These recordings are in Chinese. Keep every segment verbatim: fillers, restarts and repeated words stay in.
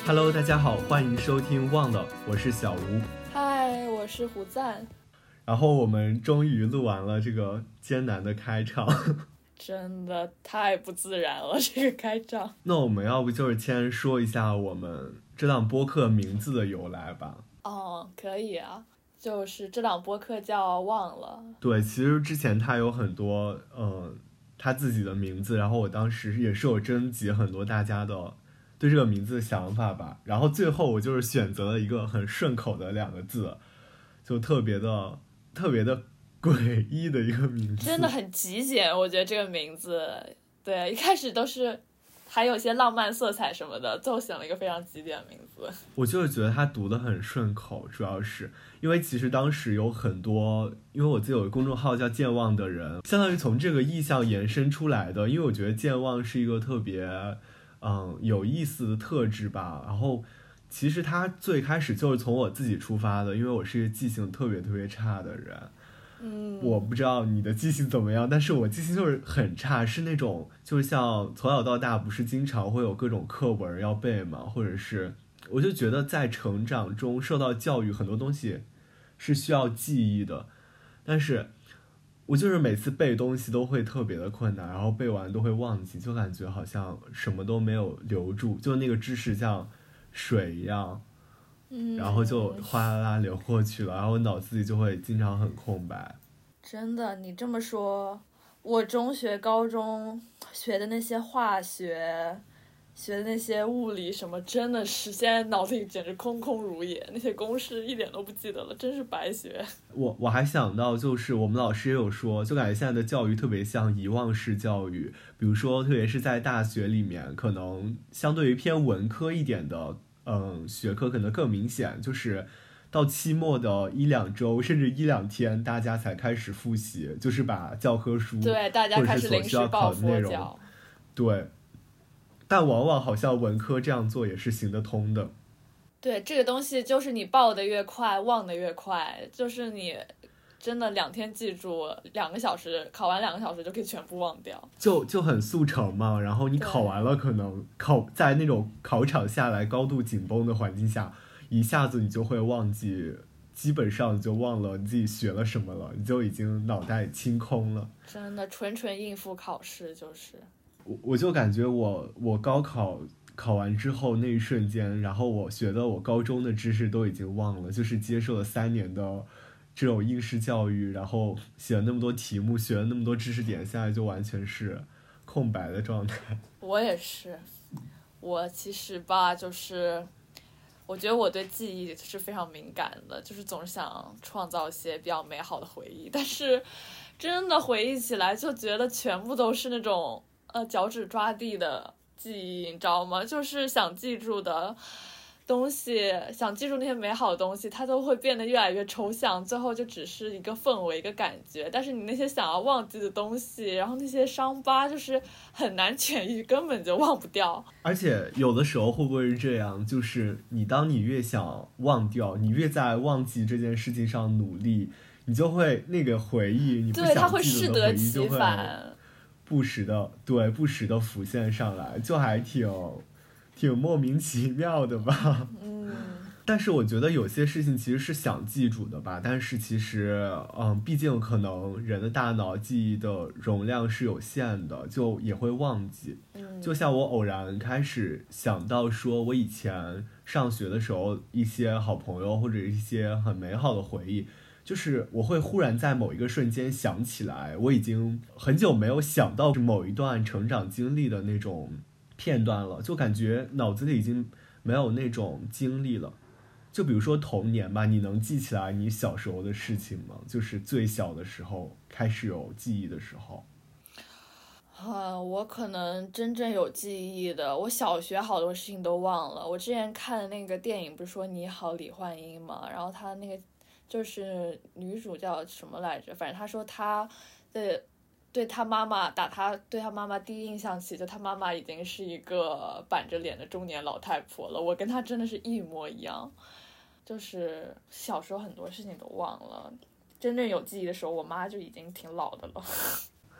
Hello， 大家好，欢迎收听忘了，我是小吴。 嗨，我是胡赞。 然后我们终于录完了这个艰难的开场， 真的太不自然了这个开场。 那我们要不就是先说一下我们这档播客名字的由来吧？ 哦，可以啊，就是这档播客叫忘了。 对，其实之前他有很多呃他自己的名字，然后我当时也是有征集很多大家的对这个名字的想法吧，然后最后我就是选择了一个很顺口的两个字，就特别的特别的诡异的一个名字， 真的很极简，我觉得这个名字，对，一开始都是还有一些浪漫色彩什么的，最后选了一个非常极简的名字。 我就是觉得他读得很顺口，主要是因为其实当时有很多，因为我自己有个公众号叫健忘的人，相当于从这个意象延伸出来的，因为我觉得健忘是一个特别嗯有意思的特质吧，然后其实他最开始就是从我自己出发的，因为我是一个记性特别特别差的人。 嗯， 我不知道你的记性怎么样，但是我记性就是很差，是那种就像从小到大不是经常会有各种课文要背嘛，或者是我就觉得在成长中受到教育很多东西是需要记忆的，但是我就是每次背东西都会特别的困难，然后背完都会忘记，就感觉好像什么都没有留住，就那个知识像水一样， 嗯， 然后就哗啦啦流过去了，然后我脑子里就会经常很空白。 真的，你这么说，我中学、高中学的那些化学、学的那些物理什么，真的是现在脑子里简直空空如也，那些公式一点都不记得了，真是白学。 我我还想到，就是我们老师也有说，就感觉现在的教育特别像遗忘式教育，比如说，特别是在大学里面，可能相对于偏文科一点的，嗯，学科可能更明显，就是到期末的一两周甚至一两天，大家才开始复习，就是把教科书对，大家开始临时抱佛脚。 对，但往往好像文科这样做也是行得通的。 对，这个东西就是你报的越快，忘的越快，就是你真的两天记住，两个小时考完两个小时就可以全部忘掉， 就就很速成嘛。然后你考完了，可能考在那种考场下来高度紧绷的环境下，一下子你就会忘记，基本上就忘了你自己学了什么了，你就已经脑袋清空了。 真的纯纯应付考试就是。 我我就感觉我我高考考完之后那一瞬间，然后我学的我高中的知识都已经忘了，就是接受了三年的这种应试教育，然后写了那么多题目，学了那么多知识点，现在就完全是空白的状态。 我也是，我其实吧，就是我觉得我对记忆是非常敏感的，就是总是想创造一些比较美好的回忆，但是真的回忆起来就觉得全部都是那种呃脚趾抓地的记忆，你知道吗？就是想记住的东西，想记住那些美好的东西，它都会变得越来越抽象，最后就只是一个氛围，一个感觉。但是你那些想要忘记的东西，然后那些伤疤，就是很难痊愈，根本就忘不掉。 而且有的时候会不会是这样，就是你当你越想忘掉，你越在忘记这件事情上努力，你就会那个回忆，你不对，它想会适记得的得其回忆就会反。 不时的对不时的浮现上来，就还挺挺莫名其妙的吧。 嗯， 但是我觉得有些事情其实是想记住的吧，但是其实嗯，毕竟可能人的大脑记忆的容量是有限的，就也会忘记。 嗯， 就像我偶然开始想到说我以前上学的时候一些好朋友或者一些很美好的回忆，就是我会忽然在某一个瞬间想起来，我已经很久没有想到某一段成长经历的那种片段了，就感觉脑子里已经没有那种经历了。就比如说童年吧，你能记起来你小时候的事情吗？就是最小的时候开始有记忆的时候。 啊，我可能真正有记忆的，我小学好多事情都忘了。我之前看的那个电影不是说你好李焕英嘛，然后他那个就是女主叫什么来着，反正他说他的对他妈妈打他对他妈妈第一印象起，就他妈妈已经是一个板着脸的中年老太婆了，我跟她真的是一模一样，就是小时候很多事情都忘了，真正有记忆的时候我妈就已经挺老的了。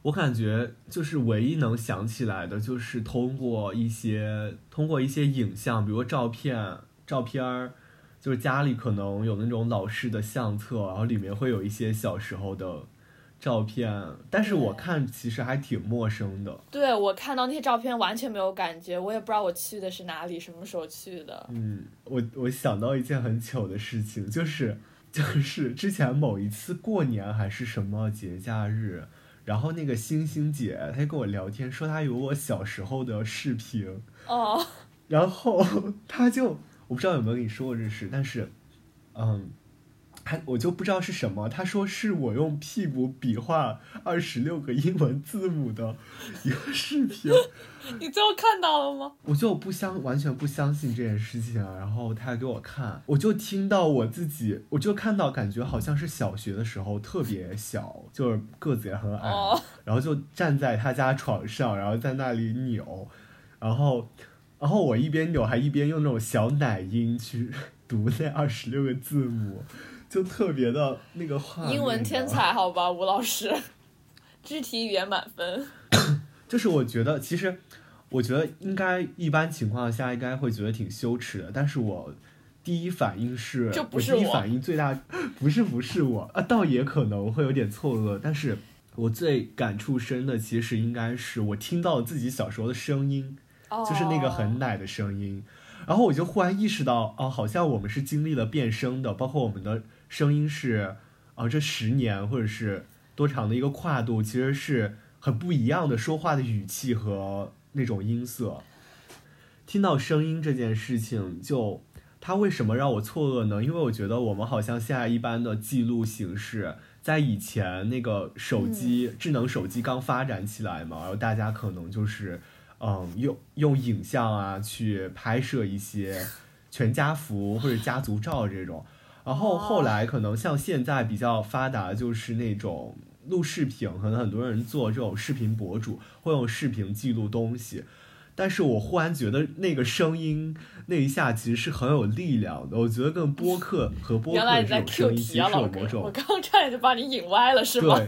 我感觉就是唯一能想起来的，就是通过一些通过一些影像，比如照片、照片儿，就是家里可能有那种老式的相册，然后里面会有一些小时候的照片，但是我看其实还挺陌生的。 对，我看到那些照片完全没有感觉，我也不知道我去的是哪里，什么时候去的。 嗯，我我想到一件很糗的事情，就是就是之前某一次过年还是什么节假日。然后那个星星姐，她跟我聊天，说她有我小时候的视频。 哦。 然后她就，我不知道有没有跟你说过这事，但是，嗯，她我就不知道是什么。她说是我用屁股比划二十六个英文字母的一个视频。 你最后看到了吗？ 我就不相完全不相信这件事情啊，然后他还给我看，我就听到我自己，我就看到感觉好像是小学的时候特别小，就是个子也很矮， 哦， 然后就站在他家床上，然后在那里扭，然后然后我一边扭还一边用那种小奶音去读那二十六个字母，就特别的那个画面。 英文天才好吧，吴老师，肢体语言满分。 就是我觉得其实我觉得应该一般情况下应该会觉得挺羞耻的，但是我第一反应是， 这不是我， 我第一反应最大不是不是我啊，倒也可能会有点错愕，但是我最感触深的其实应该是我听到自己小时候的声音， 哦， 就是那个很奶的声音，然后我就忽然意识到，哦，好像我们是经历了变声的，包括我们的声音是，啊，这十年或者是多长的一个跨度，其实是很不一样的说话的语气和那种音色。听到声音这件事情，就它为什么让我错愕呢？因为我觉得我们好像现在一般的记录形式，在以前那个手机、嗯、智能手机刚发展起来嘛，然后大家可能就是嗯用用影像啊去拍摄一些全家福或者家族照这种，然后后来可能像现在比较发达就是那种录视频，可能很多人做这种视频博主会用视频记录东西，但是我忽然觉得那个声音那一下其实是很有力量的，我觉得跟播客和播客这种声音其实有某种， 我刚刚差点就把你引歪了是吗？ 对，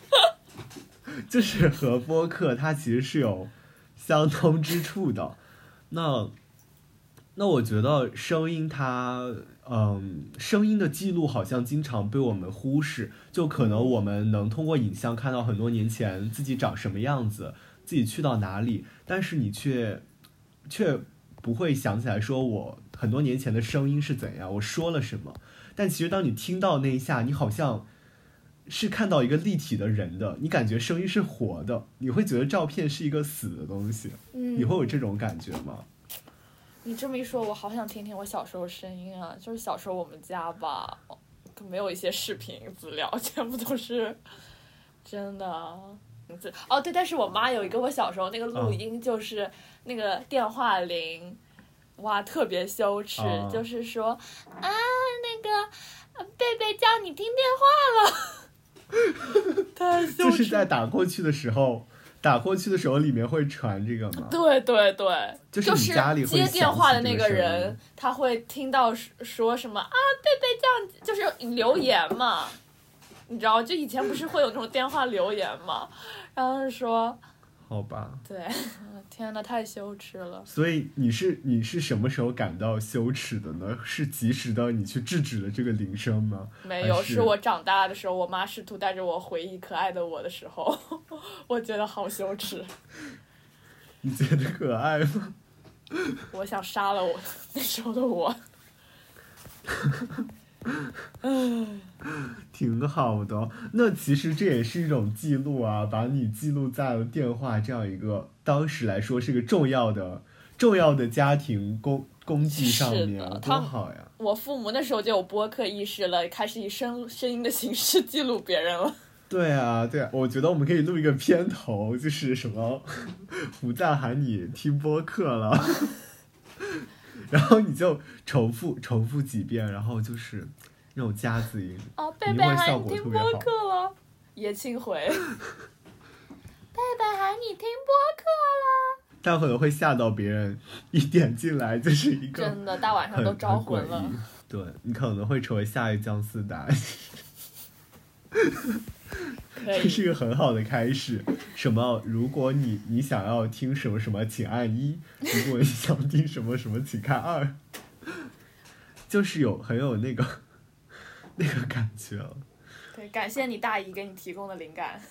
就是和播客它其实是有相通之处的。那那我觉得声音它嗯，声音的记录好像经常被我们忽视，就可能我们能通过影像看到很多年前自己长什么样子，自己去到哪里，但是你却却不会想起来说我很多年前的声音是怎样，我说了什么。但其实当你听到那一下，你好像是看到一个立体的人的，你感觉声音是活的，你会觉得照片是一个死的东西。 嗯， 你会有这种感觉吗？ 你这么一说，我好想听听我小时候声音啊！就是小时候我们家吧，没有一些视频资料，全部都是真的。哦，对，但是我妈有一个我小时候那个录音，就是那个电话铃，嗯、哇，特别羞耻，嗯、就是说啊，那个贝贝叫你听电话了，太羞耻。 就是在打过去的时候。打过去的时候，里面会传这个吗？ 对对对， 就是你家里会接电话的那个人，他会听到说什么啊，贝贝这样，就是留言嘛，你知道，就以前不是会有那种电话留言嘛，然后说， 好吧， 对，天哪，太羞耻了。 所以你是你是什么时候感到羞耻的呢？是及时的你去制止了这个铃声吗？ 没有，是我长大的时候，我妈试图带着我回忆可爱的我的时候，我觉得好羞耻。 你觉得可爱吗？ 我想杀了我那时候的我。 挺好的，那其实这也是一种记录啊，把你记录在了电话这样一个当时来说是个重要的重要的家庭工工具上面，多好呀！ 我父母那时候就有播客意识了，开始以声声音的形式记录别人了。 对啊，对啊，我觉得我们可以录一个片头，就是什么不再喊你听播客了。然后你就重复重复几遍，然后就是那种夹子音， 哦，贝贝喊你听播客了，叶庆回。贝贝喊你听播客了， 他可能会吓到别人，一点进来就是一个真的大晚上都招魂了。 对，你可能会成为下一姜思达。 这是一个很好的开始。什么？如果你你想要听什么什么，请按一；如果你想听什么什么，请看二。就是有很有那个那个感觉了。 对，感谢你大姨给你提供的灵感。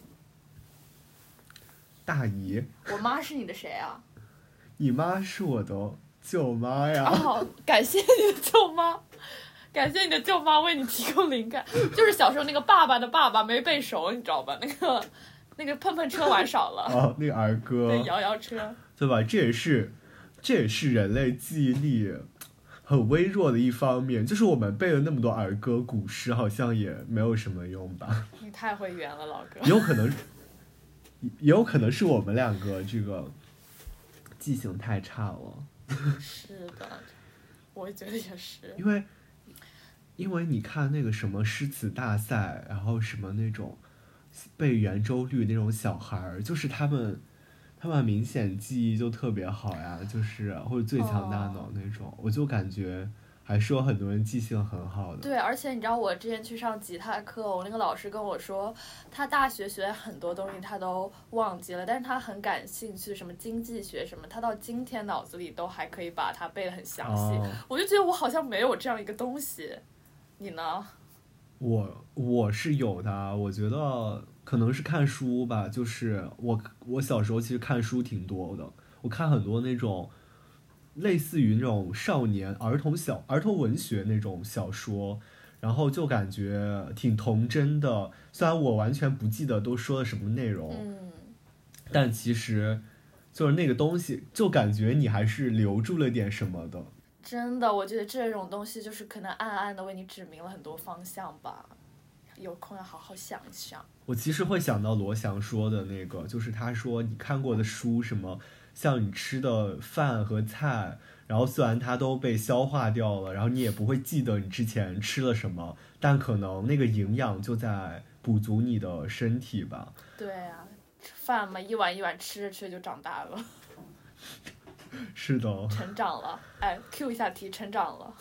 大姨？ 我妈是你的谁啊？ 你妈是我的舅妈呀。 哦，感谢你的舅妈。感谢你的舅妈为你提供灵感，就是小时候那个爸爸的爸爸没背熟，你知道吧？那个那个碰碰车玩少了。 哦，那个儿歌。 对，摇摇车。 对吧？这也是，这也是人类记忆力很微弱的一方面。就是我们背了那么多儿歌、古诗，好像也没有什么用吧？ 你太会圆了，老哥。 也有可能，也有可能是我们两个这个记性太差了。 是的，我觉得也是。 因为。因为你看那个什么诗词大赛，然后什么那种背圆周率那种小孩儿，就是他们，他们明显记忆就特别好呀，就是或者最强大脑那种，哦、我就感觉还是有很多人记性很好的。 对，而且你知道我之前去上吉他课，我那个老师跟我说，他大学学很多东西他都忘记了，但是他很感兴趣，什么经济学什么，他到今天脑子里都还可以把它背得很详细。哦、我就觉得我好像没有这样一个东西。你呢？ 我我是有的，我觉得可能是看书吧，就是我我小时候其实看书挺多的，我看很多那种类似于那种少年儿童小儿童文学那种小说，然后就感觉挺童真的，虽然我完全不记得都说了什么内容， 嗯， 但其实就是那个东西，就感觉你还是留住了点什么的。 真的，我觉得这种东西就是可能暗暗的为你指明了很多方向吧，有空要好好想一想。 我其实会想到罗翔说的那个，就是他说你看过的书，什么像你吃的饭和菜，然后虽然它都被消化掉了，然后你也不会记得你之前吃了什么，但可能那个营养就在补足你的身体吧。 对啊，饭嘛，一碗一碗吃着吃着就长大了。 是的， 成长了，哎 ，Q 一下题，成长了，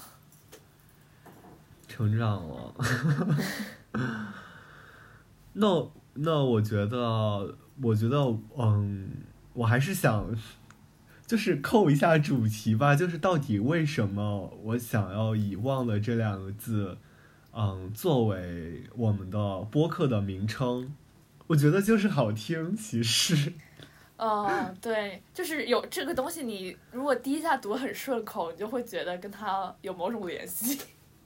成长了。那那我觉得，我觉得，嗯，我还是想，就是扣一下主题吧，就是到底为什么我想要以“忘了”这两个字，嗯，作为我们的播客的名称？我觉得就是好听，其实。 哦，对，就是有这个东西，你如果第一下读很顺口，你就会觉得跟它有某种联系。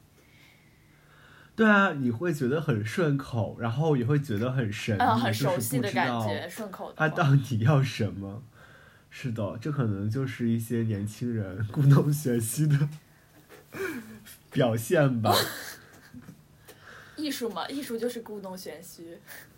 对啊，你会觉得很顺口，然后也会觉得很神秘， 嗯，很熟悉的感觉，顺口的。 他到底要什么？是的，这可能就是一些年轻人故弄玄虚的表现吧。 艺术嘛，艺术就是故弄玄虚。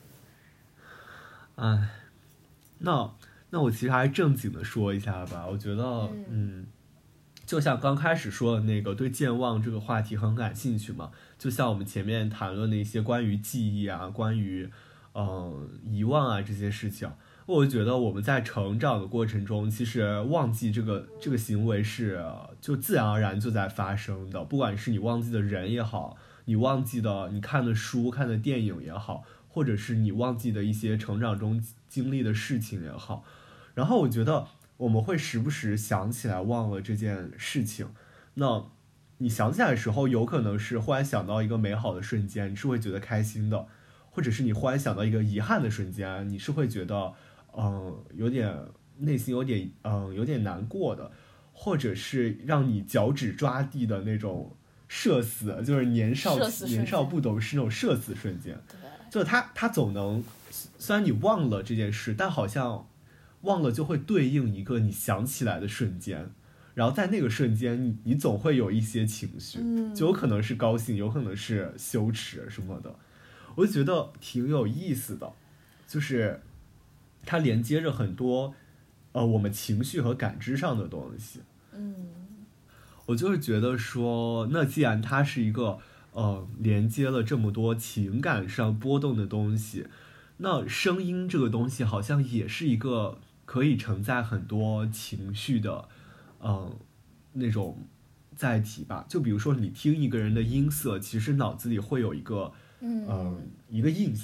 哎。那那我其实还是正经的说一下吧，我觉得，嗯，嗯就像刚开始说的那个，对健忘这个话题很感兴趣嘛，就像我们前面谈论的一些关于记忆啊，关于，嗯、呃，遗忘啊这些事情，我觉得我们在成长的过程中，其实忘记这个这个行为是就自然而然就在发生的，不管是你忘记的人也好，你忘记的你看的书、看的电影也好，或者是你忘记的一些成长中经历的事情也好，然后我觉得我们会时不时想起来忘了这件事情。那你想起来的时候，有可能是忽然想到一个美好的瞬间，你是会觉得开心的；或者是你忽然想到一个遗憾的瞬间，你是会觉得嗯、呃、有点内心有点嗯、呃、有点难过的，或者是让你脚趾抓地的那种社死，就是年少年少不懂事那种社死瞬间。就是他他总能。虽然你忘了这件事，但好像忘了就会对应一个你想起来的瞬间，然后在那个瞬间你你总会有一些情绪，就有可能是高兴，有可能是羞耻什么的，我就觉得挺有意思的，就是它连接着很多呃我们情绪和感知上的东西。 嗯， 我就是觉得说，那既然它是一个呃连接了这么多情感上波动的东西，那声音这个东西好像也是一个可以承载很多情绪的，嗯、呃，那种载体吧。就比如说你听一个人的音色，其实脑子里会有一个，嗯、呃，一个印象，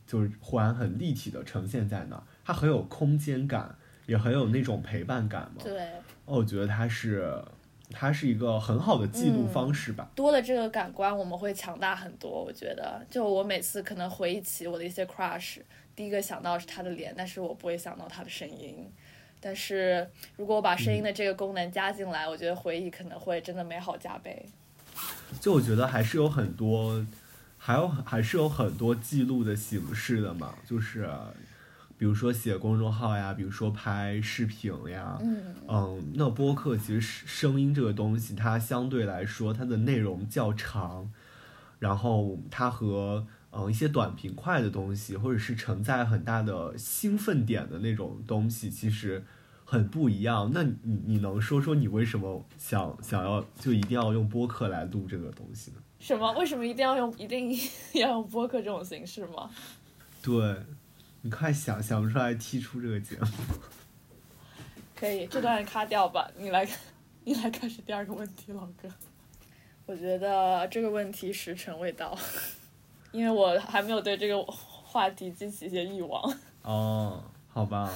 就是忽然很立体的呈现在那儿，它很有空间感，也很有那种陪伴感嘛。 对， 哦，我觉得它是它是一个很好的记录方式吧。 嗯、多了这个感官，我们会强大很多。我觉得，就我每次可能回忆起我的一些 crush， 第一个想到是他的脸，但是我不会想到他的声音。但是如果我把声音的这个功能加进来，嗯、我觉得回忆可能会真的美好加倍。 就我觉得还是有很多，还有还是有很多记录的形式的嘛，就是比如说写公众号呀，比如说拍视频呀， 嗯嗯，那播客其实声音这个东西，它相对来说它的内容较长，然后它和嗯一些短平快的东西，或者是承载很大的兴奋点的那种东西，其实很不一样。那你你能说说你为什么想想要就一定要用播客来录这个东西呢？ 什么？为什么一定要用一定要用播客这种形式吗？ 对，你快想想不出来踢出这个节目。 可以，这段卡掉吧。你来，你来开始第二个问题，老哥。我觉得这个问题时辰未到，因为我还没有对这个话题激起一些欲望。 哦，好吧。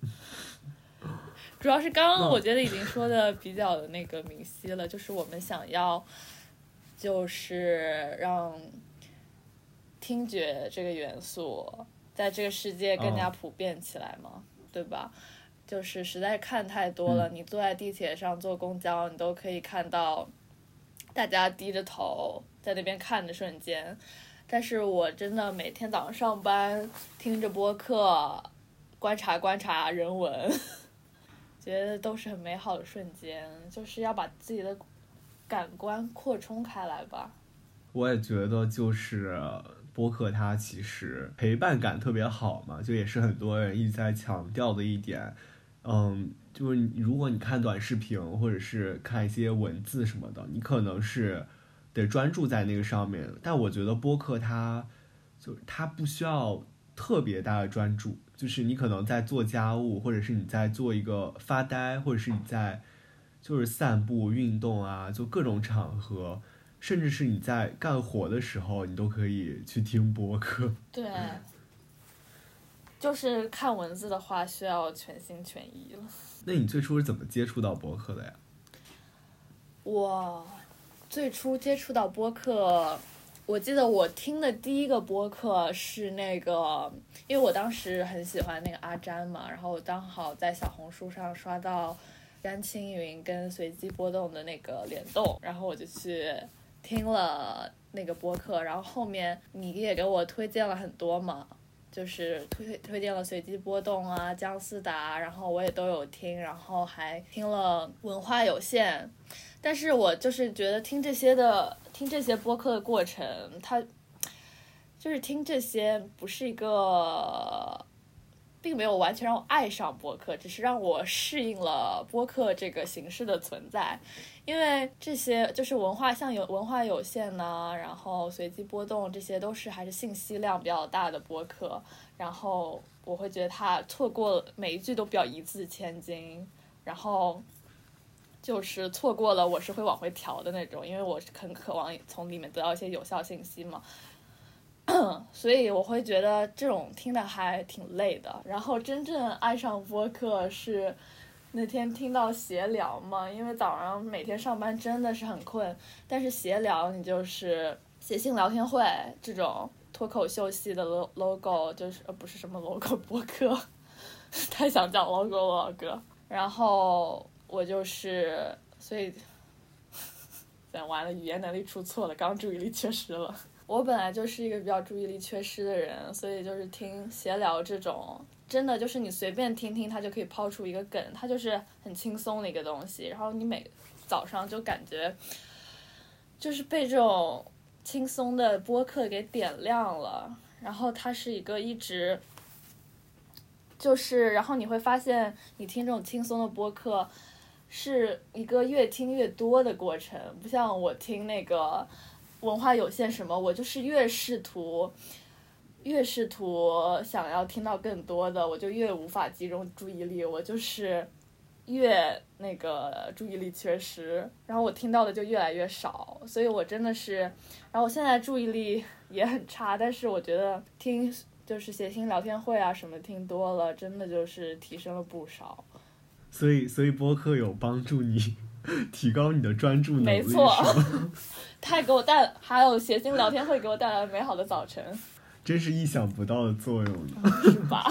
主要是刚刚我觉得已经说的比较的那个明晰了，就是我们想要，就是让听觉这个元素在这个世界更加普遍起来嘛，哦、对吧？就是实在看太多了，嗯、你坐在地铁上坐公交，你都可以看到大家低着头在那边看的瞬间。但是我真的每天早上上班听着播客，观察观察人文。觉得都是很美好的瞬间，就是要把自己的感官扩充开来吧。 我也觉得就是播客它其实陪伴感特别好嘛，就也是很多人一直在强调的一点。嗯，就是如果你看短视频或者是看一些文字什么的，你可能是得专注在那个上面，但我觉得播客它就它不需要特别大的专注，就是你可能在做家务，或者是你在做一个发呆，或者是你在就是散步运动啊，就各种场合，甚至是你在干活的时候，你都可以去听播客。 对，就是看文字的话需要全心全意了。 那你最初是怎么接触到播客的呀？ 我最初接触到播客，我记得我听的第一个播客是那个，因为我当时很喜欢那个阿詹嘛，然后我刚好在小红书上刷到詹青云跟随机波动的那个联动，然后我就去听了那个播客，然后后面你也给我推荐了很多嘛，就是推推荐了随机波动啊、姜思达，然后我也都有听，然后还听了文化有限。但是我就是觉得听这些的听这些播客的过程，它就是听这些不是一个，并没有完全让我爱上播客，只是让我适应了播客这个形式的存在。因为这些就是文化，像有文化有限呢，然后随机波动，这些都是还是信息量比较大的播客，然后我会觉得它错过每一句都比较一字千金，然后就是错过了我是会往回调的那种，因为我很渴望从里面得到一些有效信息嘛。所以我会觉得这种听的还挺累的。然后真正爱上播客是那天听到闲聊嘛，因为早上每天上班真的是很困，但是闲聊你就是写信聊天会这种脱口秀系的 logo， 就是呃不是什么 logo 播客，太想讲 logo 了老哥。然后我就是所以咱完了，语言能力出错了，刚注意力缺失了。我本来就是一个比较注意力缺失的人，所以就是听闲聊这种真的就是你随便听听它就可以抛出一个梗，它就是很轻松的一个东西，然后你每早上就感觉就是被这种轻松的播客给点亮了。然后它是一个一直就是然后你会发现你听这种轻松的播客是一个越听越多的过程，不像我听那个文化有限什么，我就是越试图越试图想要听到更多的，我就越无法集中注意力，我就是越那个注意力缺失，然后我听到的就越来越少。所以我真的是，然后我现在注意力也很差，但是我觉得听就就是谐星聊天会啊什么听多了，真的就是提升了不少。 所以所以播客有帮助你提高你的专注能力， 没错， 是吗？ 它还给我带，还有谐星聊天会给我带来美好的早晨， 真是意想不到的作用呢， 是吧？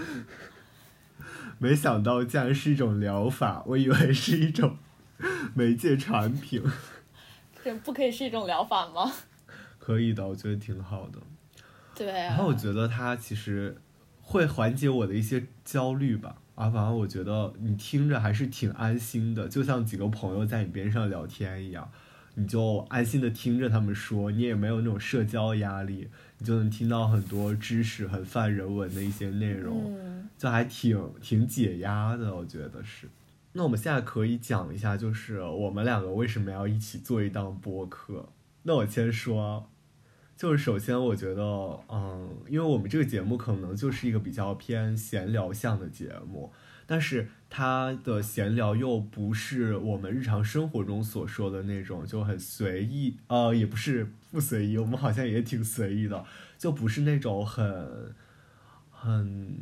没想到竟然是一种疗法，我以为是一种媒介产品。 这不可以是一种疗法吗？ 可以的，我觉得挺好的。 对啊。 然后我觉得它其实会缓解我的一些焦虑吧，啊，反正我觉得你听着还是挺安心的，就像几个朋友在你边上聊天一样，你就安心的听着他们说，你也没有那种社交压力，你就能听到很多知识很泛人文的一些内容， 嗯， 就还挺挺解压的，我觉得是。那我们现在可以讲一下，就是我们两个为什么要一起做一档播客。那我先说，就是首先我觉得，嗯，因为我们这个节目可能就是一个比较偏闲聊向的节目，但是它的闲聊又不是我们日常生活中所说的那种就很随意，呃，也不是不随意，我们好像也挺随意的，就不是那种很很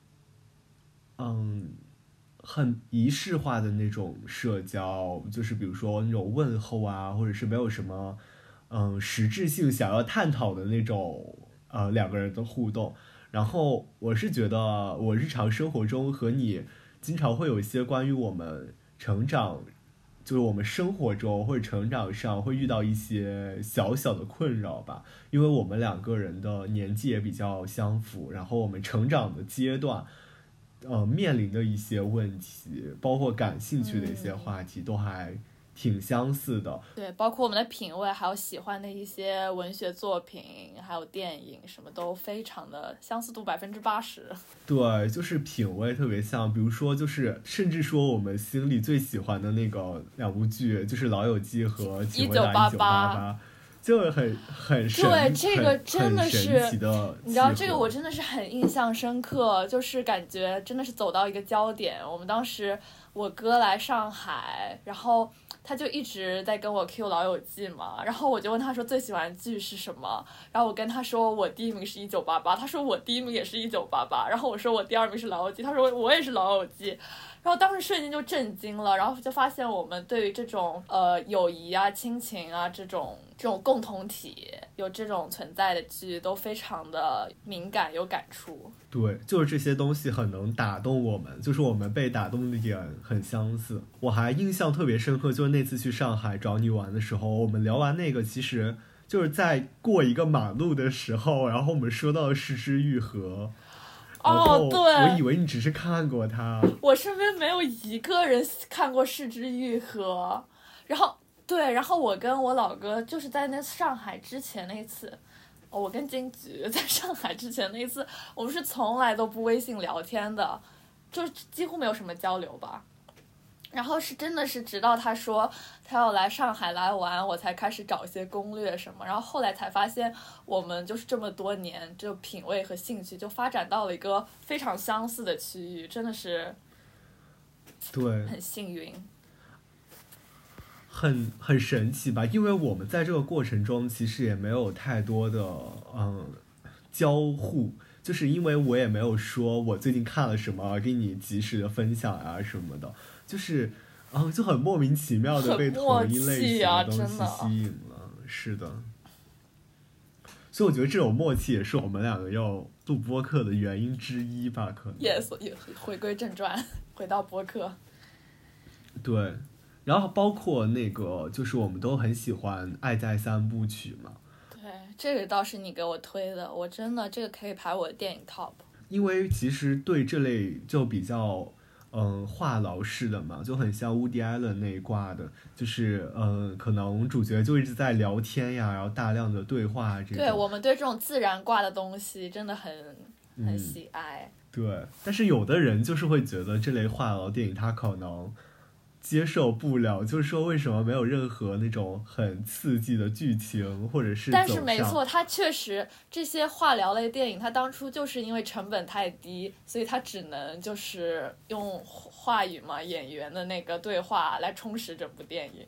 嗯很仪式化的那种社交，就是比如说那种问候啊，或者是没有什么嗯实质性想要探讨的那种呃两个人的互动。然后我是觉得我日常生活中和你经常会有一些关于我们成长，就是我们生活中或者成长上会遇到一些小小的困扰吧，因为我们两个人的年纪也比较相符，然后我们成长的阶段呃面临的一些问题，包括感兴趣的一些话题，都还挺相似的。 对，包括我们的品味，还有喜欢的一些文学作品，还有电影，什么都非常的相似度百分之八十。 对，就是品味特别像，比如说，就是甚至说我们心里最喜欢的那个两部剧，就是《老友记》和《请回答一九八八》，就很很神， 对，这个真的是， 你知道这个我真的是很印象深刻，就是感觉真的是走到一个焦点。我们当时我哥来上海，然后他就一直在跟我 Q 老友记嘛，然后我就问他说最喜欢的剧是什么，然后我跟他说我第一名是一九八八，他说我第一名也是一九八八，然后我说我第二名是老友记，他说我也是老友记，然后当时瞬间就震惊了，然后就发现我们对于这种呃友谊啊、亲情啊这种这种共同体有这种存在的剧都非常的敏感有感触。 对，就是这些东西很能打动我们，就是我们被打动的点很相似。我还印象特别深刻，就是那次去上海找你玩的时候，我们聊完那个，其实就是在过一个马路的时候，然后我们说到了失之愈合。 哦，对， 我以为你只是看过它， 我身边没有一个人看过失之愈合。然后对，然后我跟我老哥就是在那上海之前那一次。哦，我跟金菊在上海之前那一次，我们是从来都不微信聊天的，就几乎没有什么交流吧。然后是真的是直到他说他要来上海来玩，我才开始找一些攻略什么。然后后来才发现，我们就是这么多年，就品味和兴趣就发展到了一个非常相似的区域，真的是， 对， 很幸运。 很很神奇吧，因为我们在这个过程中其实也没有太多的嗯交互，就是因为我也没有说我最近看了什么给你及时的分享啊什么的，就是嗯就很莫名其妙的被同一类型的东西吸引了，是的。所以我觉得这种默契也是我们两个要录播客的原因之一吧，可能。 Yes， 回归正传，回到播客。 对。然后包括那个，就是我们都很喜欢《爱在三部曲》嘛。 对，这个倒是你给我推的，我真的这个可以排我的电影 top。 因为其实对这类就比较嗯话痨式的嘛，就很像 Woody Allen 那一挂的，就是嗯可能主角就一直在聊天呀，然后大量的对话这种。 对，我们对这种自然挂的东西真的很很喜爱。 嗯、对，但是有的人就是会觉得这类话痨电影他可能接受不了，就是说为什么没有任何那种很刺激的剧情，或者是但是没错，它确实这些话聊类电影，它当初就是因为成本太低，所以它只能就是用话语嘛，演员的那个对话来充实整部电影。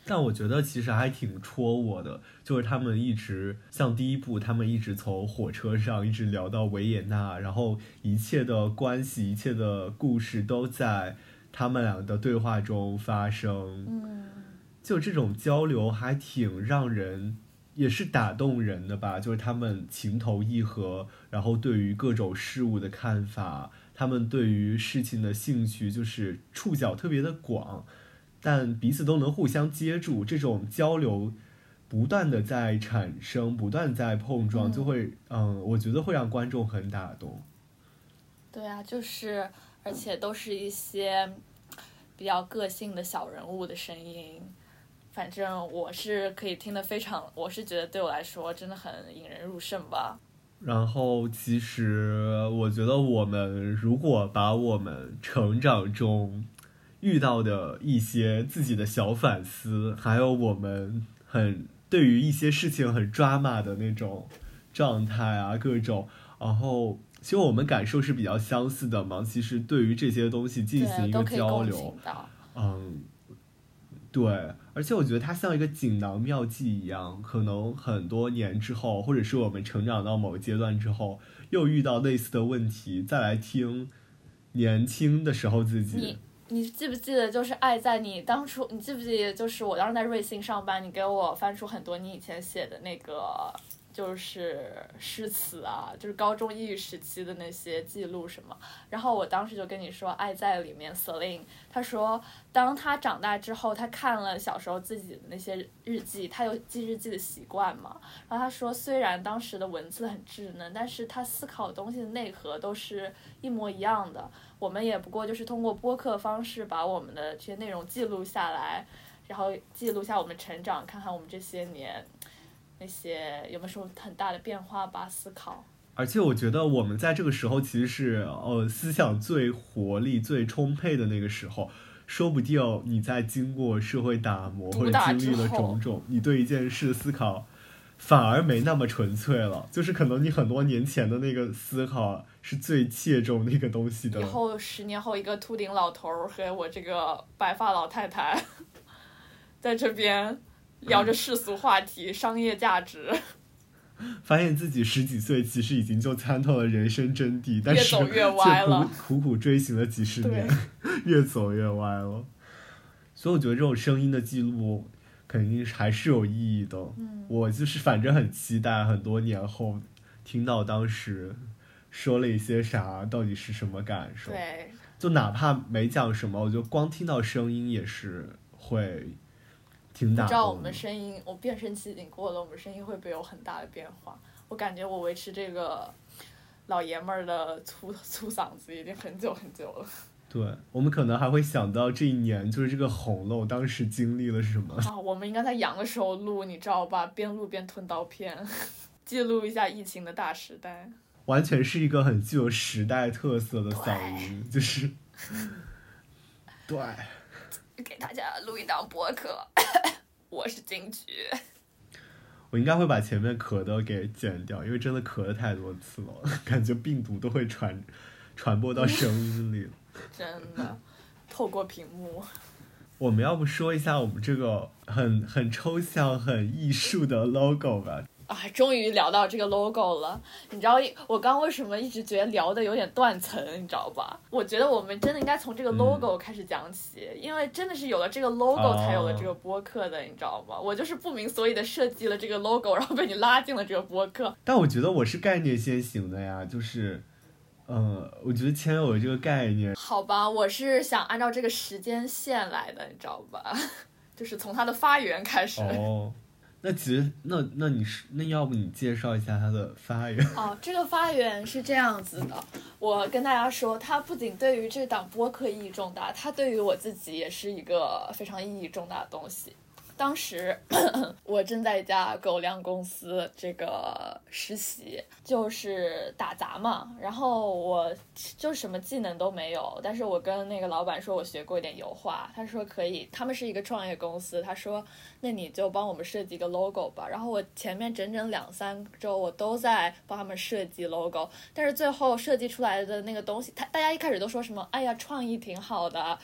但我觉得其实还挺戳我的，就是他们一直像第一部，他们一直从火车上一直聊到维也纳，然后一切的关系、一切的故事都在他们俩的对话中发生。 嗯， 就这种交流还挺让人，也是打动人的吧。就是他们情投意合，然后对于各种事物的看法，他们对于事情的兴趣就是触角特别的广。但彼此都能互相接住，这种交流不断的在产生，不断在碰撞，就会嗯，我觉得会让观众很打动。 对啊，就是而且都是一些比较个性的小人物的声音，反正我是可以听得非常，我是觉得对我来说真的很引人入胜吧。 然后其实我觉得我们如果把我们成长中遇到的一些自己的小反思，还有我们很对于一些事情很抓马的那种状态啊，各种，然后其实我们感受是比较相似的嘛。其实对于这些东西进行一个交流，嗯，对，而且我觉得它像一个锦囊妙计一样，可能很多年之后，或者是我们成长到某个阶段之后，又遇到类似的问题，再来听年轻的时候自己。 你记不记得，就是爱在你当初，你记不记得，就是我当时在瑞幸上班，你给我翻出很多你以前写的那个，就是诗词啊，就是高中抑郁时期的那些记录什么。然后我当时就跟你说，爱在里面 Celine 他说，当他长大之后，他看了小时候自己的那些日记，他有记日记的习惯嘛。然后他说，虽然当时的文字很稚嫩，但是他思考的东西的内核都是一模一样的。我们也不过就是通过播客方式把我们的这些内容记录下来，然后记录下我们成长，看看我们这些年那些有没有什么很大的变化吧，思考。 而且我觉得我们在这个时候其实是呃思想最活力最充沛的那个时候，说不定你在经过社会打磨或者经历了种种，你对一件事的思考反而没那么纯粹了，就是可能你很多年前的那个思考是最切中那个东西的。 以后十年后，一个秃顶老头和我这个白发老太太在这边聊着世俗话题、商业价值， 发现自己十几岁其实已经就参透了人生真谛，但是越走越歪了， 苦苦追寻了几十年，越走越歪了。所以我觉得这种声音的记录肯定还是有意义的。 嗯， 我就是反正很期待很多年后听到当时说了一些啥，到底是什么感受。 对， 就哪怕没讲什么，我就光听到声音也是会挺打动的。 不知道我们声音，我变声期已经过了，我们声音会不会有很大的变化？我感觉我维持这个老爷们儿的粗粗嗓子已经很久很久了。 对，我们可能还会想到这一年就是这个红了，我当时经历了什么啊？我们应该在阳的时候录，你知道吧？边录边吞刀片，记录一下疫情的大时代。 完全是一个很具有时代特色的嗓音，就是对。 给大家录一档播客，我是金菊。 我应该会把前面咳的给剪掉，因为真的咳了太多次了，感觉病毒都会传传播到声音里。 真的，透过屏幕。 我们要不说一下我们这个很很抽象、很艺术的 logo 吧？ 啊，终于聊到这个 logo 了。你知道我刚为什么一直觉得聊的有点断层，你知道吧？我觉得我们真的应该从这个 logo 开始讲起，嗯、因为真的是有了这个 logo 才有了这个播客的，哦、你知道吗？我就是不明所以的设计了这个 logo， 然后被你拉进了这个播客。 但我觉得我是概念先行的呀，就是。嗯，我觉得先有这个概念。 好吧，我是想按照这个时间线来的，你知道吧？就是从它的发源开始。 哦，那其实那那你是那要不你介绍一下它的发源？ 哦，这个发源是这样子的，我跟大家说，它不仅对于这档播客意义重大，它对于我自己也是一个非常意义重大的东西。当时我正在一家狗粮公司这个实习，就是打杂嘛，然后我就什么技能都没有，但是我跟那个老板说我学过一点油画，他说可以，他们是一个创业公司，他说那你就帮我们设计一个 logo 吧，然后我前面整整两三周我都在帮他们设计 logo， 但是最后设计出来的那个东西，他大家一开始都说什么，哎呀创意挺好的，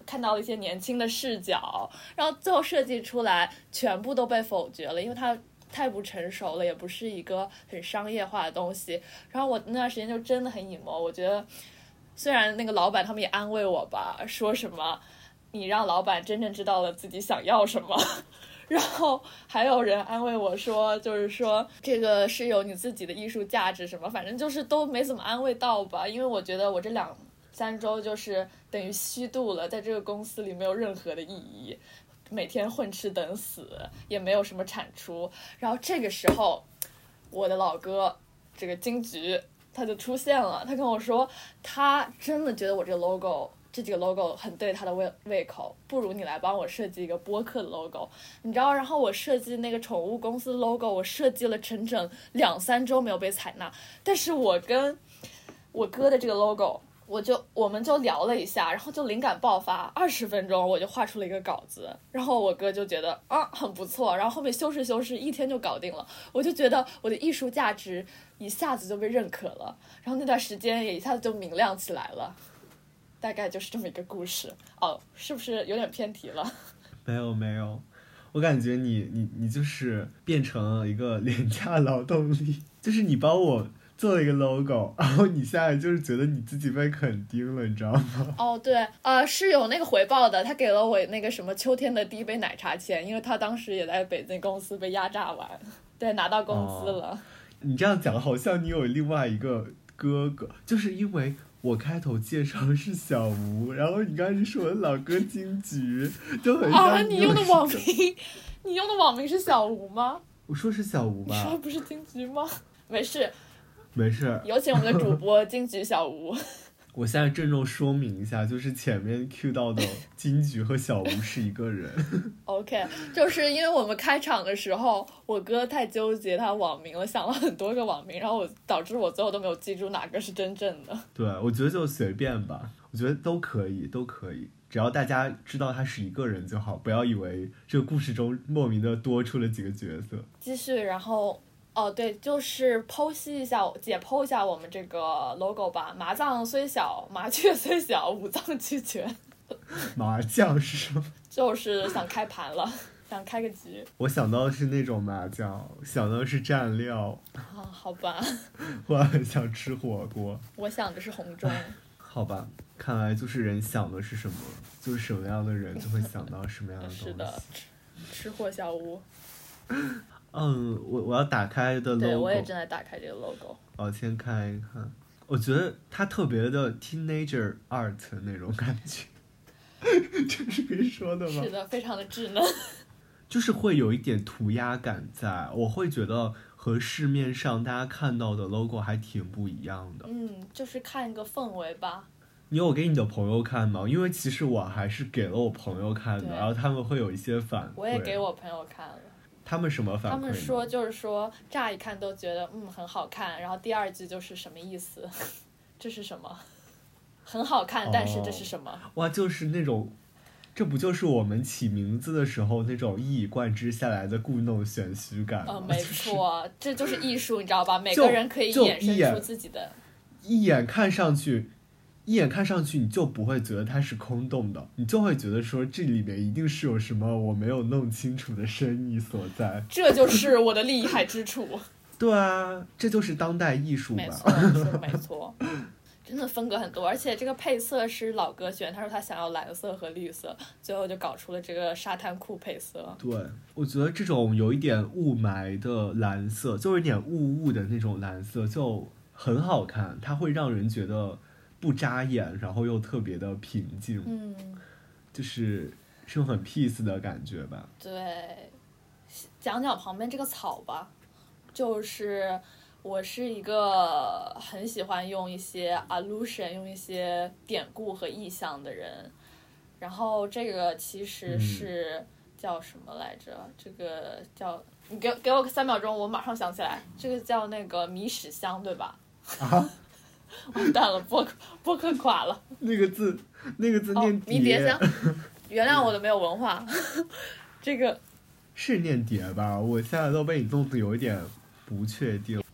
看到了一些年轻的视角，然后最后设计出来全部都被否决了，因为它太不成熟了，也不是一个很商业化的东西。然后我那段时间就真的很 emo， 我觉得虽然那个老板他们也安慰我吧，说什么你让老板真正知道了自己想要什么，然后还有人安慰我说，就是说这个是有你自己的艺术价值什么，反正就是都没怎么安慰到吧。因为我觉得我这两三周就是等于虚度了，在这个公司里没有任何的意义，每天混吃等死，也没有什么产出。然后这个时候我的老哥这个金桔他就出现了，他跟我说他真的觉得我这个 logo这几个 logo 很对他的胃胃口，不如你来帮我设计一个播客的 logo， 你知道。然后我设计那个宠物公司 logo， 我设计了整整两三周没有被采纳，但是我跟我哥的这个 logo， 我就我们就聊了一下，然后就灵感爆发，二十分钟我就画出了一个稿子，然后我哥就觉得啊很不错，然后后面修饰修饰一天就搞定了，我就觉得我的艺术价值一下子就被认可了，然后那段时间也一下子就明亮起来了。大概就是这么一个故事哦，是不是有点偏题了？ 没有没有，我感觉你你你就是变成了一个廉价劳动力，就是你帮我做了一个 logo， 然后你现在就是觉得你自己被肯定了，你知道吗？ 哦，对，呃，是有那个回报的，他给了我那个什么秋天的第一杯奶茶钱，因为他当时也在北京公司被压榨完，对，拿到工资了。哦， 你这样讲好像你有另外一个哥哥，就是因为我开头介绍的是小吴，然后你刚才是我的老哥金桔，就很像。 啊，你用的网名，你用的网名是小吴吗？ 我说是小吴吧。 你说不是金桔吗？没事， 没事。 有请我们的主播金桔小吴。 我现在郑重说明一下，就是前面 cue 到的金桔和小吴是一个人。 OK， 就是因为我们开场的时候，我哥太纠结他网名了，想了很多个网名，然后我导致我最后都没有记住哪个是真正的。 对，我觉得就随便吧，我觉得都可以，都可以，只要大家知道他是一个人就好，不要以为这个故事中莫名的多出了几个角色。 继续，然后。哦，对，就是剖析一下，解剖一下我们这个 logo 吧。麻将虽小，麻雀虽小，五脏俱全。 麻将是什么？ 就是想开盘了，想开个局。 我想到的是那种麻将，想到的是蘸料。 啊，好吧。 我很想吃火锅。 我想的是红中。 好吧，看来就是人想的是什么，就是什么样的人就会想到什么样的东西。 是的，吃货小屋。 嗯，我我要打开的 logo， 对，我也正在打开这个 logo。 我先看一看，我觉得它特别的 teenager art 那种感觉，这是可以说的吗？ 是的，非常的稚嫩。 就是会有一点涂鸦感在，我会觉得和市面上大家看到的 logo 还挺不一样的。 嗯，就是看一个氛围吧。 你有给你的朋友看吗？因为其实我还是给了我朋友看的，然后他们会有一些反馈。 我也给我朋友看了。 他们什么反馈？ 他们说就是说乍一看都觉得嗯很好看，然后第二句就是什么意思？这是什么？很好看，但是这是什么？哦， 哇，就是那种，这不就是我们起名字的时候那种一以贯之下来的故弄玄虚感吗？ 嗯，没错，就是、这就是艺术，你知道吧？每个人可以衍生出自己的。 一眼看上去。一眼看上去你就不会觉得它是空洞的，你就会觉得说这里面一定是有什么我没有弄清楚的深意所在， 这就是我的厉害之处。 对啊，这就是当代艺术吧。 没错，没错。真的风格很多，而且这个配色是老哥选，他说他想要蓝色和绿色，最后就搞出了这个沙滩裤配色。 对，我觉得这种有一点雾霾的蓝色，就有一点雾雾的那种蓝色就很好看，它会让人觉得不扎眼，然后又特别的平静， 嗯， 就是是种很 peace 的感觉吧。 对，讲讲旁边这个草吧，就是我是一个很喜欢用一些 allusion， 用一些典故和意象的人，然后这个其实是叫什么来着？嗯、这个叫你给给我三秒钟，我马上想起来，这个叫那个米屎香，对吧？ 啊。 完蛋了，播客播客垮了。 那个字，那个字念蝶。哦，迷迭香，原谅我的没有文化。这个是念蝶吧？我现在都被你弄得有一点不确定。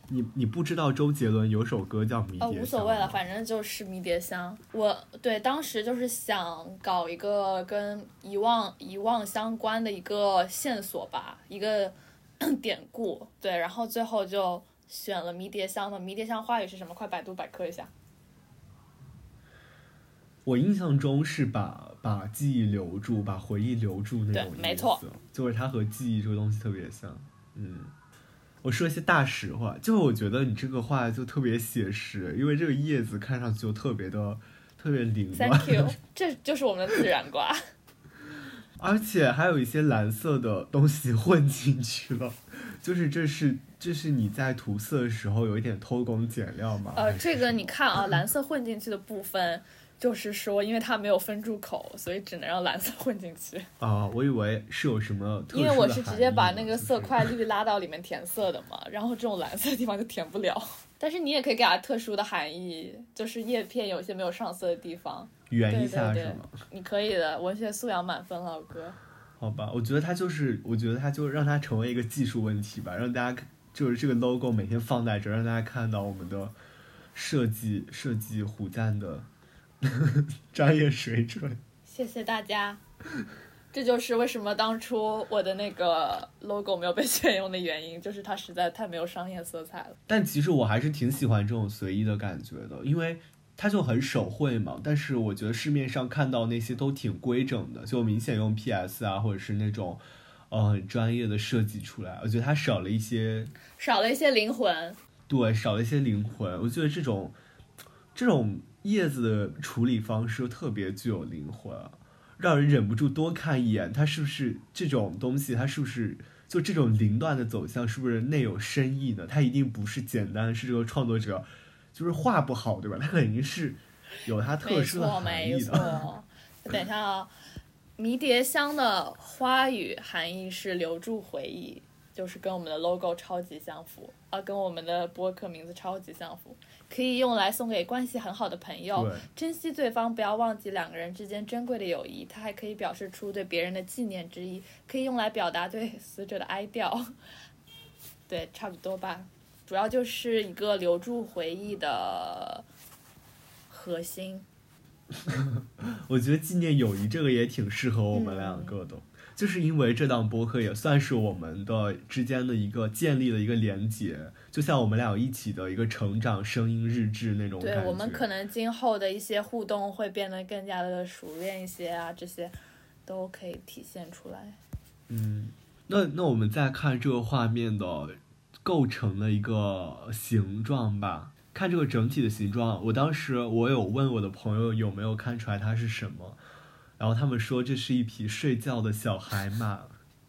你你不知道周杰伦有首歌叫《迷迭香》 呃，无所谓了，反正就是迷迭香。我对当时就是想搞一个跟遗忘遗忘相关的一个线索吧，一个典故。对，然后最后就选了迷迭香的。迷迭香花语是什么？快百度百科一下。 我印象中是把把记忆留住，把回忆留住那种意思。 对，没错， 就是它和记忆这个东西特别像。嗯。我说一些大实话，就我觉得你这个话就特别写实，因为这个叶子看上去就特别的特别凌乱。 Thank you， 这就是我们的自然瓜。 而且还有一些蓝色的东西混进去了，就是这是这是你在涂色的时候有一点偷工减料吗？ 呃，这个你看啊，蓝色混进去的部分。就是说，因为它没有分住口，所以只能让蓝色混进去。 啊、呃，我以为是有什么特殊的含义。 因为我是直接把那个色块绿拉到里面填色的嘛，然后这种蓝色的地方就填不了。但是你也可以给它特殊的含义，就是叶片有些没有上色的地方， 圆一下对对对是吗？ 你可以的，文学素养满分，老哥。 好吧，我觉得它就是，我觉得它就让它成为一个技术问题吧，让大家就是这个 logo 每天放在这，让大家看到我们的设计设计虎赞的。专业水准， 谢谢大家。这就是为什么当初我的那个 logo 没有被选用的原因，就是它实在太没有商业色彩了。 但其实我还是挺喜欢这种随意的感觉的，因为它就很手绘嘛。但是我觉得市面上看到那些都挺规整的，就明显用 P S 啊，或者是那种呃很专业的设计出来。我觉得它少了一些， 少了一些灵魂。 对，少了一些灵魂。我觉得这种这种。叶子的处理方式特别具有灵魂，让人忍不住多看一眼。它是不是这种东西？它是不是就这种凌乱的走向？是不是内有深意呢？它一定不是简单是这个创作者就是画不好，对吧？它肯定是有它特殊的含义的。 没错，没错。等一下啊，迷迭香的花语含义是留住回忆，就是跟我们的 logo 超级相符啊，跟我们的播客名字超级相符。可以用来送给关系很好的朋友，珍惜对方，不要忘记两个人之间珍贵的友谊。它还可以表示出对别人的纪念之意，可以用来表达对死者的哀悼。对，差不多吧，主要就是一个留住回忆的核心。 我觉得纪念友谊这个也挺适合我们两个的。嗯，就是因为这档播客也算是我们的之间的一个建立的一个连结，就像我们俩一起的一个成长声音日志那种感觉。 对，我们可能今后的一些互动会变得更加的熟练一些啊，这些都可以体现出来。 嗯，那那我们再看这个画面的构成的一个形状吧，看这个整体的形状，我当时我有问我的朋友有没有看出来它是什么。然后他们说这是一匹睡觉的小海马。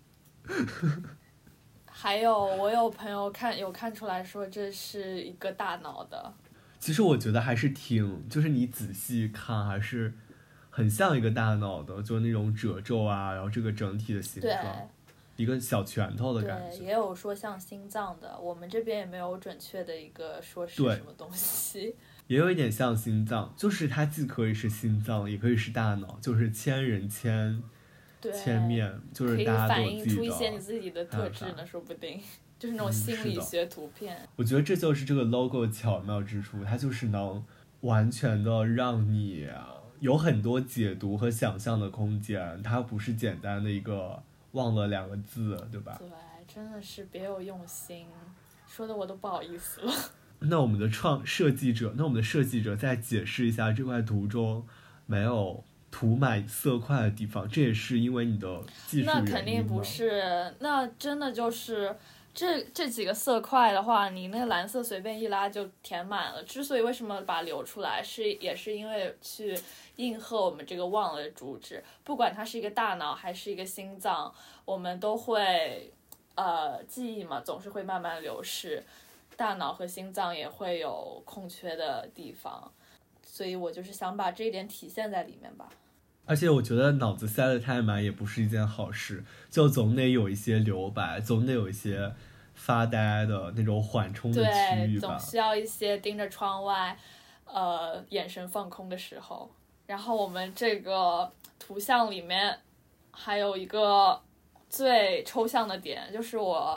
还有我有朋友看有看出来说这是一个大脑的。 其实我觉得还是挺，就是你仔细看还是很像一个大脑的，就是那种褶皱啊，然后这个整体的形状，一个小拳头的感觉。 对，也有说像心脏的，我们这边也没有准确的一个说是什么东西。 也有一点像心脏，就是它既可以是心脏，也可以是大脑，就是千人千千面，就是大家都有自己的， 可以反映出一些你自己的特质呢，说不定就是那种心理学图片。 嗯，我觉得这就是这个 logo 巧妙之处，它就是能完全的让你有很多解读和想象的空间，它不是简单的一个忘了两个字，对吧？ 对，真的是别有用心，说的我都不好意思了。 那我们的创设计者，那我们的设计者再解释一下这块图中没有涂满色块的地方，这也是因为你的技术原因吗？ 那肯定不是，那真的就是这这几个色块的话，你那个蓝色随便一拉就填满了。之所以为什么把它留出来，是也是因为去应和我们这个忘了的主旨，不管它是一个大脑还是一个心脏，我们都会呃记忆嘛，总是会慢慢流逝。大脑和心脏也会有空缺的地方，所以我就是想把这一点体现在里面吧。 而且我觉得脑子塞得太满也不是一件好事，就总得有一些留白，总得有一些发呆的那种缓冲的区域吧。 对，总需要一些盯着窗外呃眼神放空的时候。然后我们这个图像里面还有一个最抽象的点，就是我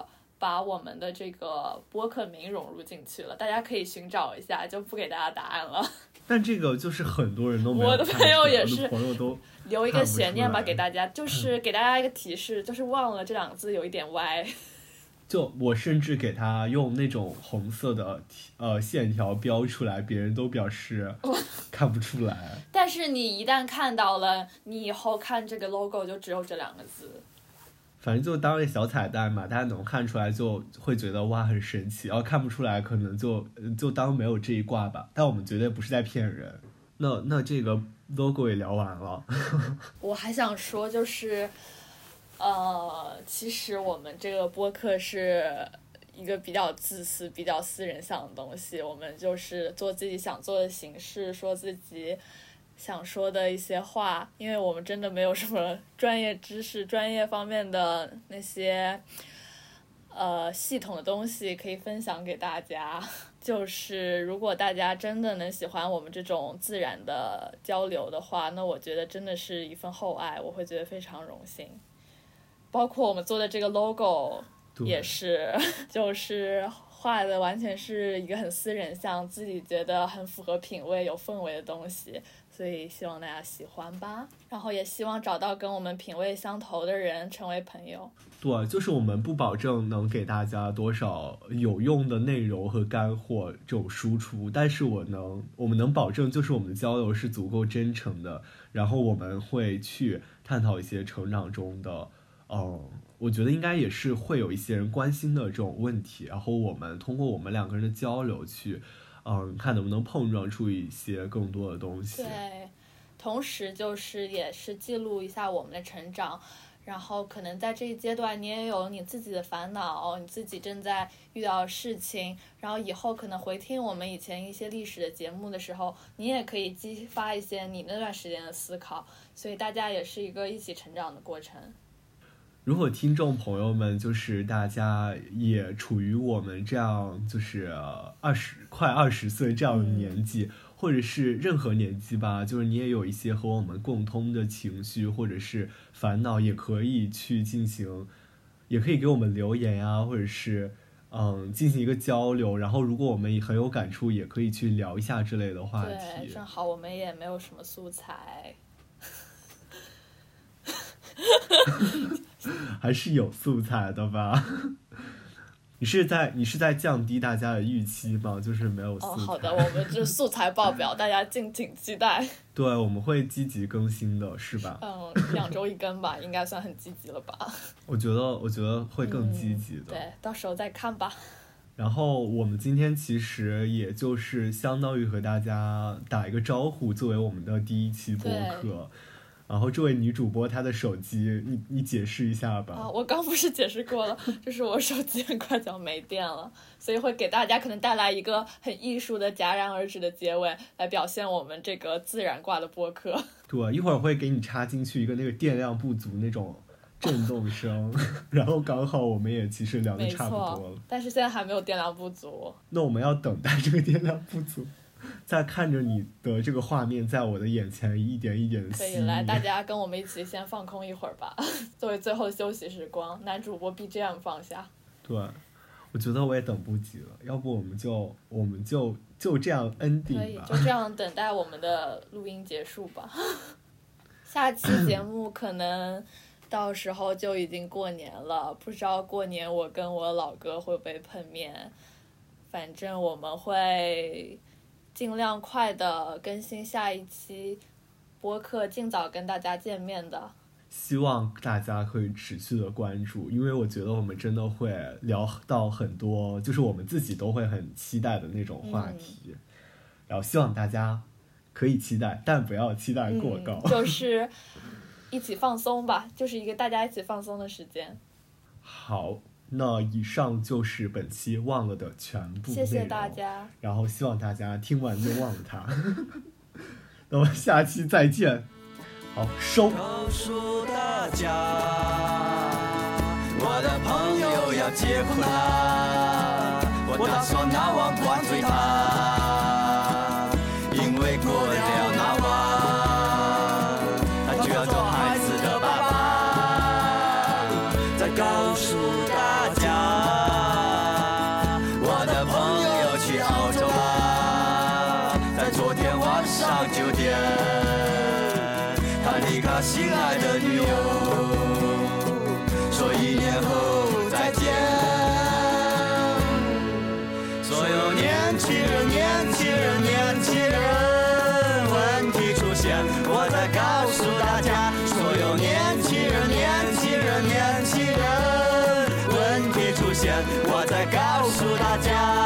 把我们的这个播客名融入进去了，大家可以寻找一下，就不给大家答案了。 但这个就是很多人都没有， 我的朋友也是， 我的朋友都留一个悬念吧，给大家，就是给大家一个提示，就是忘了这两个字有一点歪。 就我甚至给他用那种红色的呃线条标出来，别人都表示看不出来。 但是你一旦看到了，你以后看这个 logo 就只有这两个字。 反正就当一个小彩蛋嘛，大家能看出来就会觉得哇很神奇，然后看不出来可能就就当没有这一卦吧。但我们绝对不是在骗人。那那这个 logo 也聊完了。 我还想说就是。呃，其实我们这个播客是一个比较自私、比较私人向的东西。我们就是做自己想做的形式，说自己想说的一些话。因为我们真的没有什么专业知识、专业方面的那些呃系统的东西可以分享给大家。就是如果大家真的能喜欢我们这种自然的交流的话，那我觉得真的是一份厚爱，我会觉得非常荣幸。包括我们做的这个 logo 也是，就是画的完全是一个很私人向，自己觉得很符合品味、有氛围的东西，所以希望大家喜欢吧。然后也希望找到跟我们品味相投的人成为朋友。 对，就是我们不保证能给大家多少有用的内容和干货这种输出，但是我能，我们能保证就是我们的交流是足够真诚的，然后我们会去探讨一些成长中的。嗯，我觉得应该也是会有一些人关心的这种问题，然后我们通过我们两个人的交流去，嗯，看能不能碰撞出一些更多的东西。 对，同时就是也是记录一下我们的成长，然后可能在这一阶段你也有你自己的烦恼，你自己正在遇到的事情，然后以后可能回听我们以前一些历史的节目的时候，你也可以激发一些你那段时间的思考，所以大家也是一个一起成长的过程。 如果听众朋友们就是大家也处于我们这样就是二十快二十岁这样的年纪、嗯、或者是任何年纪吧，就是你也有一些和我们共通的情绪或者是烦恼，也可以去进行，也可以给我们留言呀、啊，或者是嗯进行一个交流，然后如果我们很有感触，也可以去聊一下之类的话题。 对，正好我们也没有什么素材。 还是有素材的吧？你是在你是在降低大家的预期吗？就是没有素材。 哦，好的，我们这素材爆表，大家敬请期待。 对，我们会积极更新的，是吧？ 嗯，两周一更吧，应该算很积极了吧？ 我觉得，我觉得会更积极的、嗯。 对，到时候再看吧。 然后我们今天其实也就是相当于和大家打一个招呼，作为我们的第一期播客。然后这位女主播她的手机，你你解释一下吧。 啊，我刚不是解释过了，就是我手机很快就要没电了，所以会给大家可能带来一个很艺术的戛然而止的结尾，来表现我们这个自然挂的播客。 对，一会儿会给你插进去一个那个电量不足那种震动声，然后刚好我们也其实聊得差不多了。 但是现在还没有电量不足。 那我们要等待这个电量不足。在看着你的这个画面在我的眼前一点一点的可以来，大家跟我们一起先放空一会儿吧，作为最后休息时光，男主播 B G M 放下。 对，我觉得我也等不及了，要不我们就我们就就这样 ending 吧。 可以，就这样等待我们的录音结束吧。下期节目可能到时候就已经过年了，不知道过年我跟我老哥会不会碰面，反正我们会尽量快的更新下一期播客，尽早跟大家见面的。 希望大家可以持续的关注，因为我觉得我们真的会聊到很多就是我们自己都会很期待的那种话题、嗯、然后希望大家可以期待，但不要期待过高、 嗯、就是一起放松吧，就是一个大家一起放松的时间。 好，那以上就是本期忘了的全部内容， 谢谢大家， 然后希望大家听完就忘了它。那么下期再见，好，收。 告诉大家，我的朋友要结婚啦，我打算拿网灌醉他，因为过了那晚，他就要做孩子的爸爸。再告诉大家。 到酒店，他离开心爱的女友，说一年后再见。所有年轻人，年轻人，年轻人，问题出现，我在告诉大家，所有年轻人，年轻人，年轻人，问题出现，我在告诉大家。